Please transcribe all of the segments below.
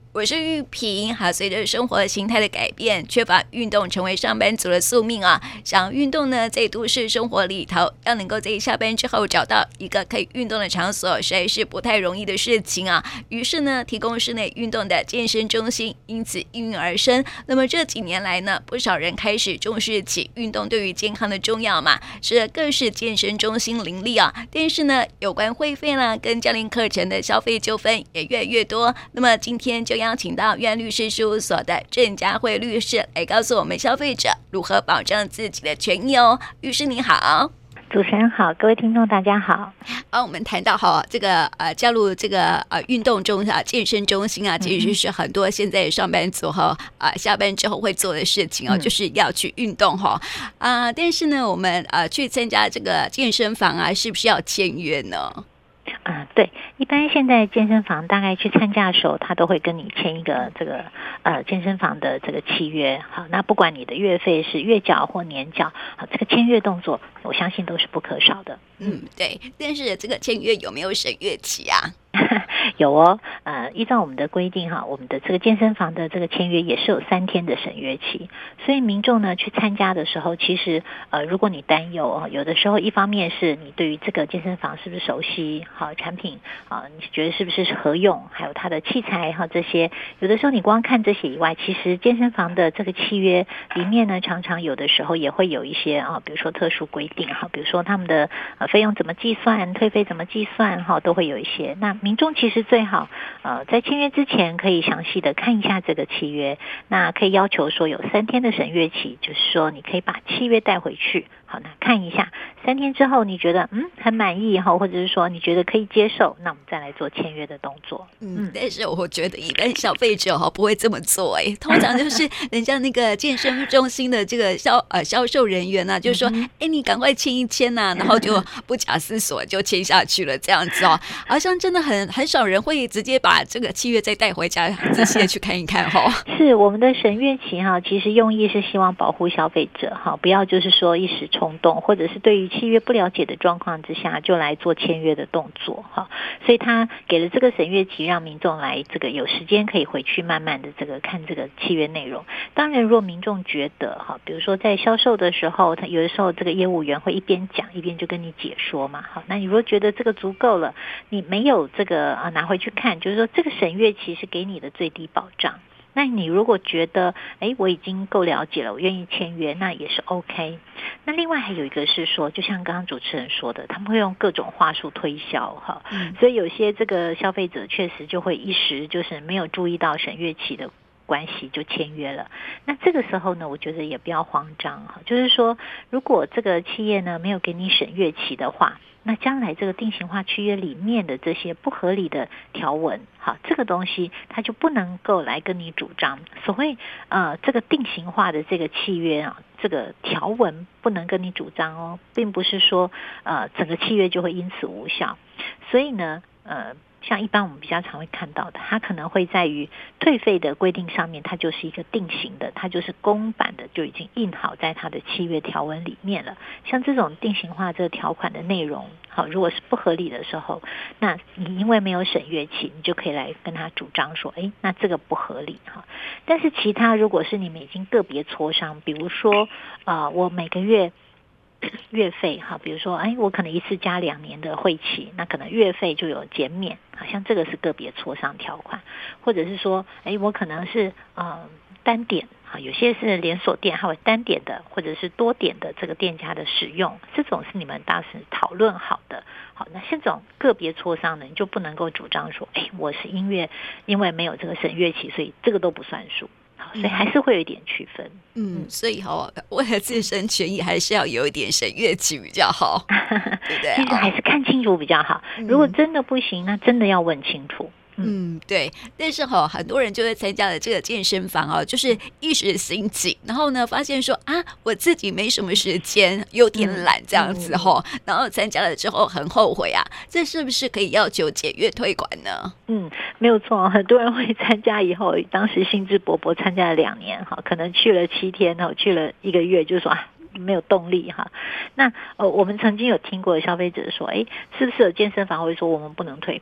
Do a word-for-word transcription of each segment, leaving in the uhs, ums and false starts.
我是玉萍。好，随着生活形态的改变，缺乏运动成为上班族的宿命啊。想运动呢，在都市生活里头，要能够在下班之后找到一个可以运动的场所，实在是不太容易的事情啊。于是呢，提供室内运动的健身中心因此应运而生。那么这几年来呢，不少人开始重视起运动对于健康的重要嘛，是各式健身中心林立啊。但是呢，有关会费啦跟教练课程的消费纠纷也越来越多。那么今天就邀请到约翰律师事务所的郑佳慧律师来告诉我们消费者如何保障自己的权益哦。律师你好。 主持人好，各位听众大家好。 啊，我们谈到哈这个呃加入这个呃运动中啊健身中心啊，其实是很多现在上班族哈啊、呃、下班之后会做的事情哦，嗯、就是要去运动哈啊、呃。但是呢，我们呃去参加这个健身房啊，是不是要签约呢？ 嗯，对，一般现在健身房大概去参加的时候，他都会跟你签一个这个呃健身房的这个契约。好，那不管你的月费是月缴或年缴，好，这个签约动作，我相信都是不可少的。 嗯，对。但是这个签约有没有审阅期啊？ 有哦，呃，依照我们的规定哈，我们的这个健身房的这个签约也是有三天的审阅期，所以民众呢去参加的时候，其实呃，如果你担忧哦，有的时候一方面是你对于这个健身房是不是熟悉，好产品啊，你觉得是不是合用，还有它的器材哈这些，有的时候你光看这些以外，其实健身房的这个契约里面呢，常常有的时候也会有一些啊，比如说特殊规定哈，比如说他们的呃费用怎么计算，退费怎么计算哈，都会有一些。那民众其实最好呃在签约之前可以详细的看一下这个契约，那可以要求说有三天的审阅期，就是说你可以把契约带回去，好，那看一下三天之后你觉得嗯很满意哈，或者是说你觉得可以接受，那我们再来做签约的动作。 嗯，但是我觉得一般消费者哈不会这么做哎、欸，通常就是人家那个健身中心的这个销呃销售人员啊，就说哎、嗯欸、你赶快签一签呐、啊，然后就不假思索就签下去了这样子哦，好像真的很很少人会直接把这个契约再带回家仔细的去看一看哈。 是我们的审阅期哈，其实用意是希望保护消费者哈，不要就是说一时冲动，或者是对于契约不了解的状况之下就来做签约的动作哈，所以他给了这个审阅期，让民众来这个有时间可以回去慢慢的这个看这个契约内容。当然，如果民众觉得哈，比如说在销售的时候，他有的时候这个业务员会一边讲一边就跟你解说嘛，好，那你如果觉得这个足够了，你没有这个啊拿回去看，就是说这个审阅期是给你的最低保障。那你如果觉得诶我已经够了解了，我愿意签约，那也是 OK。 那另外还有一个是说，就像刚刚主持人说的，他们会用各种话术推销哈、嗯，所以有些这个消费者确实就会一时就是没有注意到审阅期的关系就签约了。那这个时候呢，我觉得也不要慌张哈，就是说如果这个企业呢没有给你审阅期的话，那将来这个定型化契约里面的这些不合理的条文，好，这个东西它就不能够来跟你主张。所谓呃这个定型化的这个契约啊，这个条文不能跟你主张哦，并不是说呃整个契约就会因此无效。所以呢呃像一般我们比较常会看到的，它可能会在于退费的规定上面，它就是一个定型的，它就是公版的，就已经印好在它的契约条文里面了。像这种定型化这个条款的内容，好，如果是不合理的时候，那你因为没有审阅期，你就可以来跟他主张说，诶，那这个不合理哈。但是其他如果是你们已经个别磋商，比如说呃我每个月月费哈，比如说哎，我可能一次加两年的会期，那可能月费就有减免，好像这个是个别磋商条款。或者是说哎，我可能是呃单点啊，有些是连锁店还有单点的或者是多点的这个店家的使用，这种是你们当时讨论好的。好，那这种个别磋商呢，你就不能够主张说哎，我是因为因为没有这个审阅期，所以这个都不算数。所以还是会有一点区分。 嗯，所以好，为了自身权益，还是要有一点审阅期比较好，对不对？ 其实还是看清楚比较好。如果真的不行，那真的要问清楚。 嗯，对，但是哈、哦，很多人就会参加了这个健身房哦，就是一时兴起，然后呢，发现说啊，我自己没什么时间，有点懒这样子哈、哦，嗯、然后参加了之后很后悔啊，这是不是可以要求解约退款呢？ 嗯，没有错，很多人会参加以后，当时兴致勃勃参加了两年哈，可能去了七天哈，去了一个月就说啊。没有动力哈，那呃，我们曾经有听过消费者说，哎，是不是有健身房会说我们不能退款？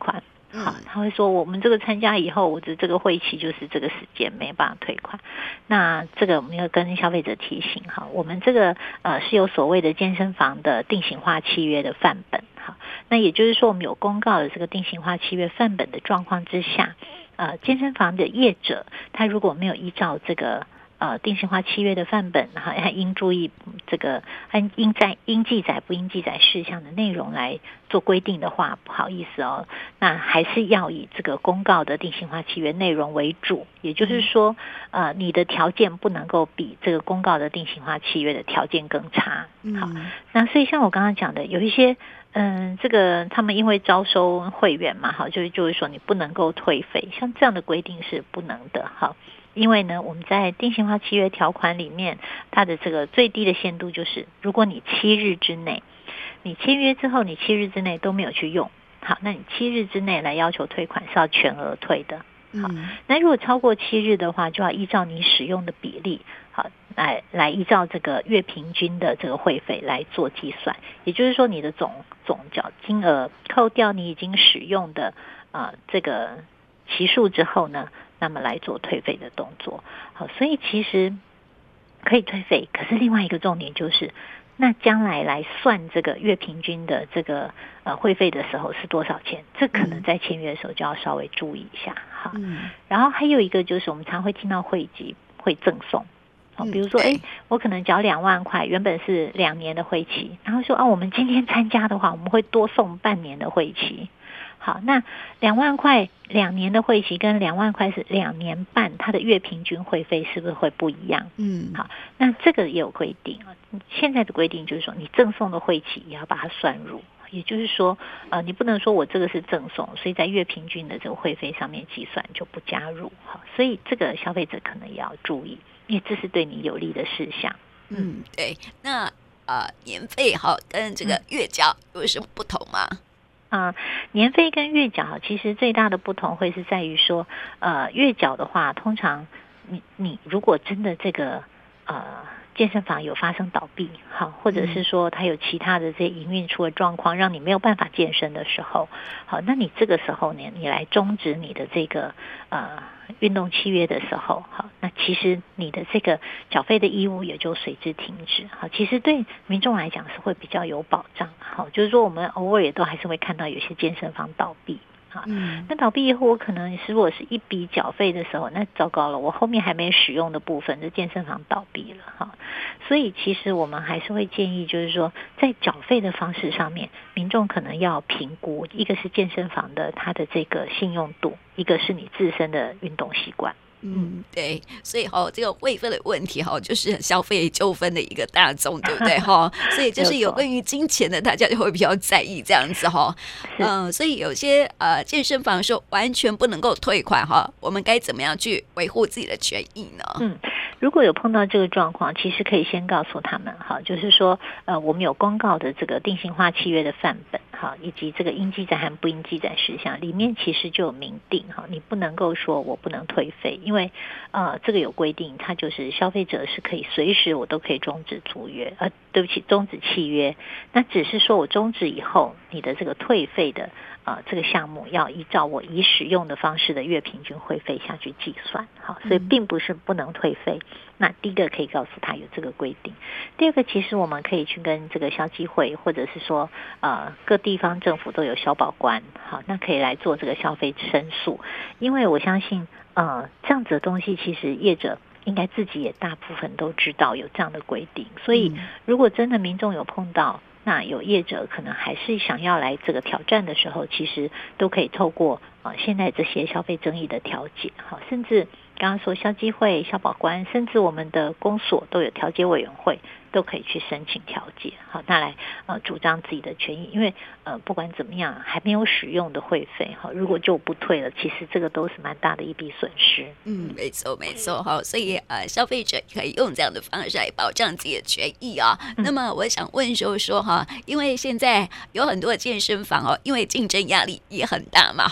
好，他会说我们这个参加以后，我的这个会期就是这个时间没办法退款。那这个我们要跟消费者提醒哈，我们这个呃是有所谓的健身房的定型化契约的范本哈。那也就是说，我们有公告的这个定型化契约范本的状况之下，呃，健身房的业者他如果没有依照这个呃，定型化契约的范本哈，还应注意这个按应在应记载不应记载事项的内容来做规定的话，不好意思哦，那还是要以这个公告的定型化契约内容为主，也就是说，呃，你的条件不能够比这个公告的定型化契约的条件更差。好，那所以像我刚刚讲的，有一些嗯，这个他们因为招收会员嘛，好，就是就是说你不能够退费，像这样的规定是不能的，好。因为呢，我们在定型化契约条款里面，它的这个最低的限度就是，如果你七日之内，你签约之后，你七日之内都没有去用，好，那你七日之内来要求退款是要全额退的。好，那如果超过七日的话，就要依照你使用的比例，好，来来依照这个月平均的这个会费来做计算，也就是说，你的总总缴金额扣掉你已经使用的啊、呃、这个期数之后呢，那么来做退费的动作。好，所以其实可以退费，可是另外一个重点就是，那将来来算这个月平均的这个呃会费的时候是多少钱？这可能在签约的时候就要稍微注意一下哈。嗯、然后还有一个就是我们常会听到会籍会赠送。好，比如说，哎，我可能缴两万块，原本是两年的会期，然后说啊，我们今天参加的话，我们会多送半年的会期。好，那两万块两年的会期跟两万块是两年半，它的月平均会费是不是会不一样？嗯，好，那这个也有规定啊。现在的规定就是说，你赠送的会期也要把它算入，也就是说，呃，你不能说我这个是赠送，所以在月平均的这个会费上面计算就不加入。好，所以这个消费者可能也要注意，因为这是对你有利的事项。 嗯，对。那呃，年费哈跟这个月缴有什么不同吗？ 啊、呃，年费跟月缴其实最大的不同会是在于说，呃，月缴的话，通常你你如果真的这个呃健身房有发生倒闭，好，或者是说它有其他的这些营运出的状况，让你没有办法健身的时候，好，那你这个时候呢，你来终止你的这个呃运动契约的时候，好，那其实你的这个缴费的义务也就随之停止。好，其实对民众来讲是会比较有保障。好，就是说我们偶尔也都还是会看到有些健身房倒闭。嗯，那倒闭以后，我可能如果是一笔缴费的时候，那糟糕了，我后面还没使用的部分，这健身房倒闭了哈。所以其实我们还是会建议，就是说在缴费的方式上面，民众可能要评估，一个是健身房的它的这个信用度，一个是你自身的运动习惯。 嗯，对，所以哈、哦，这个会费的问题哈、哦，就是消费纠纷的一个大宗，对不对哈、哦？所以就是有关于金钱的，大家就会比较在意这样子哈、哦。嗯、呃，所以有些呃健身房说完全不能够退款哈，我们该怎么样去维护自己的权益呢？ 嗯，如果有碰到这个状况，其实可以先告诉他们哈，就是说呃，我们有公告的这个定型化契约的范本哈，以及这个应记载和不应记载事项里面其实就有明定哈，你不能够说我不能退费，因为呃这个有规定，它就是消费者是可以随时我都可以终止租约，呃对不起终止契约，那只是说我终止以后，你的这个退费的呃这个项目要依照我已使用的方式的月平均会费下去计算，好，所以并不是不能退费。那第一个可以告诉他有这个规定，第二个其实我们可以去跟这个消基会或者是说呃各地方政府都有消保官，好，那可以来做这个消费申诉，因为我相信呃这样子的东西其实业者应该自己也大部分都知道有这样的规定，所以如果真的民众有碰到，那有业者可能还是想要来这个挑战的时候，其实都可以透过呃现在这些消费争议的调解，好，甚至刚刚说消基会、消保官，甚至我们的公所都有调解委员会，都可以去申请调解，好，那来呃主张自己的权益，因为呃不管怎么样，还没有使用的会费，好，如果就不退了，其实这个都是蛮大的一笔损失。 嗯，没错没错，好，所以呃消费者可以用这样的方式来保障自己的权益啊。嗯、那么我想问说说哈，因为现在有很多的健身房哦，因为竞争压力也很大嘛，哈、嗯，所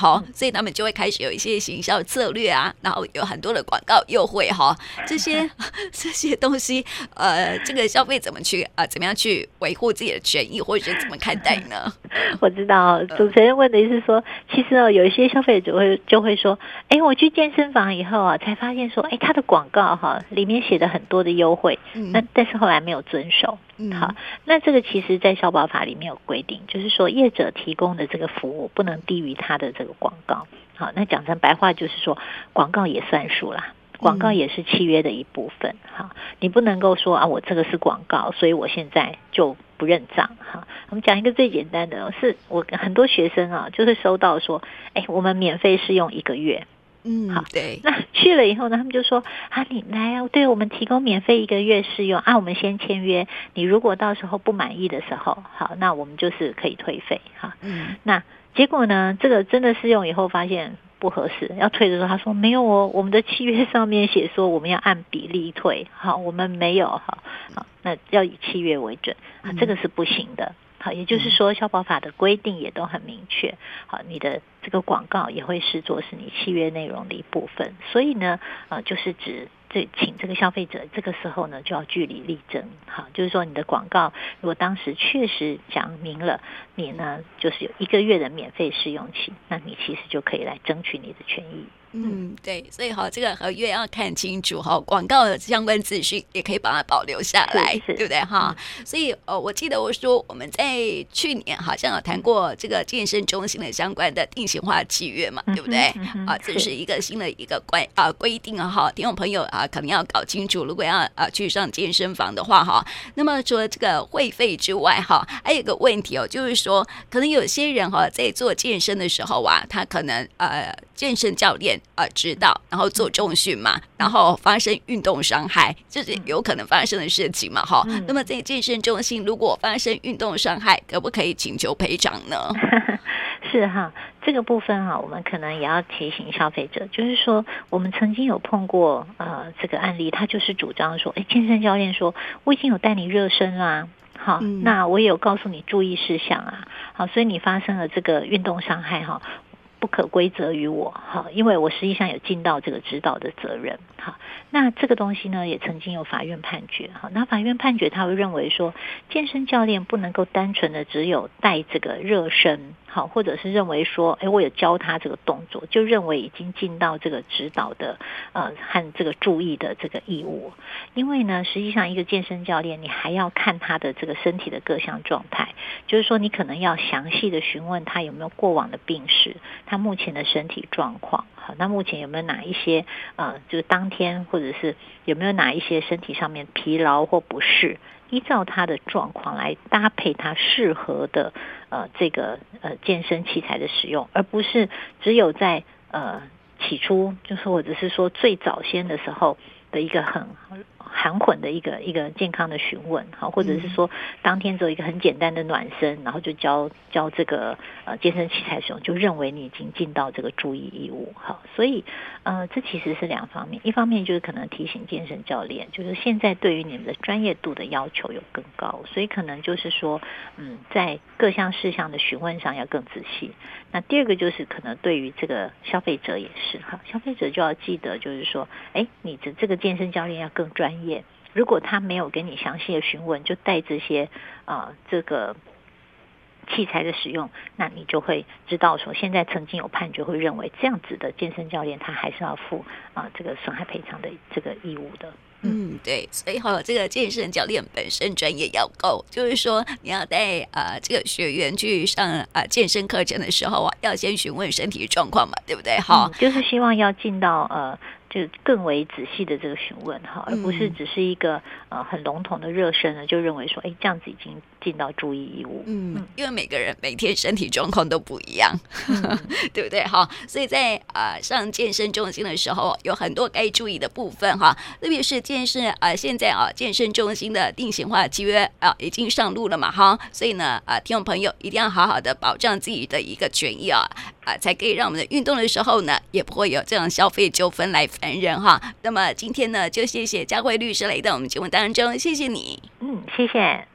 所以他们就会开始有一些行销策略啊，然后有很多的广告优惠哈，这些这些东西，呃，这个消费怎么去啊、呃，怎么样去维护自己的权益，或者是怎么看待呢？ 我知道主持人问的是说，其实哦，有一些消费者会就会说，哎，我去健身房以后啊，才发现说，哎，他的广告哈里面写的很多的优惠，嗯、那但是后来没有遵守。嗯、好，那这个其实在消保法里面有规定，就是说业者提供的这个服务不能低于他的这个广告。好，那讲成白话就是说，广告也算数啦。广告也是契约的一部分，哈，你不能够说啊，我这个是广告，所以我现在就不认账，哈。我们讲一个最简单的，是我很多学生啊，就是收到说，哎，我们免费试用一个月， 嗯，好，对。 那去了以后呢，他们就说啊，你来啊，对我们提供免费一个月试用啊，我们先签约，你如果到时候不满意的时候，好，那我们就是可以退费，哈，嗯，那结果呢，这个真的试用以后发现不合适，要退的时候他说没有哦，我们的契约上面写说我们要按比例退，好，我们没有，好，好，那要以契约为准，啊，这个是不行的。好，也就是说消保法的规定也都很明确，好，你的这个广告也会视作是你契约内容的一部分，所以呢，呃，就是指这请这个消费者这个时候呢就要据理力争，好，就是说你的广告如果当时确实讲明了你呢就是有一个月的免费试用期，那你其实就可以来争取你的权益。 嗯，对，所以哈，这个合约要看清楚哈，广告的相关资讯也可以把它保留下来，对不对哈？嗯、所以呃，我记得我说我们在去年好像有谈过这个健身中心的相关的定型化契约嘛，嗯、对不对？嗯、啊，这是一个新的一个规啊规定啊哈，听众朋友啊可能要搞清楚，如果要啊去上健身房的话哈，那么除了这个会费之外哈，还有一个问题哦，就是说可能有些人哈在做健身的时候啊，他可能呃健身教练。呃，指导，然后做重训嘛，然后发生运动伤害，这是有可能发生的事情嘛，哈、嗯。那么在健身中心，如果发生运动伤害，可不可以请求赔偿呢？ 是哈，这个部分哈，我们可能也要提醒消费者，就是说，我们曾经有碰过呃这个案例，他就是主张说，哎，健身教练说，我已经有带你热身啦。好，嗯、那我也有告诉你注意事项啊，好，所以你发生了这个运动伤害哈。不可归责于我，好，因为我实际上有尽到这个指导的责任，好，那这个东西呢，也曾经有法院判决，好，那法院判决他会认为说，健身教练不能够单纯的只有带这个热身，好，或者是认为说，哎，我有教他这个动作，就认为已经尽到这个指导的呃和这个注意的这个义务，因为呢，实际上一个健身教练，你还要看他的这个身体的各项状态，就是说你可能要详细的询问他有没有过往的病史。他目前的身体状况，好，那目前有没有哪一些呃，就是当天或者是有没有哪一些身体上面疲劳或不适，依照他的状况来搭配他适合的呃这个呃健身器材的使用，而不是只有在呃起初就是或者是说最早先的时候的一个很含混的一个一个健康的询问，好，或者是说当天做一个很简单的暖身，然后就教教这个呃健身器材使用，就认为你已经尽到这个注意义务，好，所以呃这其实是两方面，一方面就是可能提醒健身教练，就是现在对于你们的专业度的要求有更高，所以可能就是说嗯在各项事项的询问上要更仔细。那第二个就是可能对于这个消费者也是哈，消费者就要记得就是说，哎，你的这个健身教练要更专业。如果他没有给你详细的询问，就带这些啊、呃、这个器材的使用，那你就会知道说，现在曾经有判决会认为这样子的健身教练他还是要负啊、呃、这个损害赔偿的这个义务的。 嗯，对，所以哈，这个健身教练本身专业要够，就是说你要带呃这个学员去上呃健身课程的时候啊，要先询问身体状况嘛，对不对？哈、 嗯，就是希望要进到呃。就更为仔细的这个询问哈，而不是只是一个呃很笼统的热身呢，就认为说，哎，这样子已经尽到注意义务。 嗯，因为每个人每天身体状况都不一样，嗯、对不对哈？所以在呃上健身中心的时候，有很多该注意的部分哈，特别是健身啊、呃，现在啊健身中心的定型化契约啊、呃、已经上路了嘛哈，所以呢啊、呃，听众朋友一定要好好的保障自己的一个权益啊。啊，才可以让我们的运动的时候呢，也不会有这样消费纠纷来烦人哈。那么今天呢，就谢谢佳慧律师来到我们节目当中，谢谢你。 嗯，谢谢。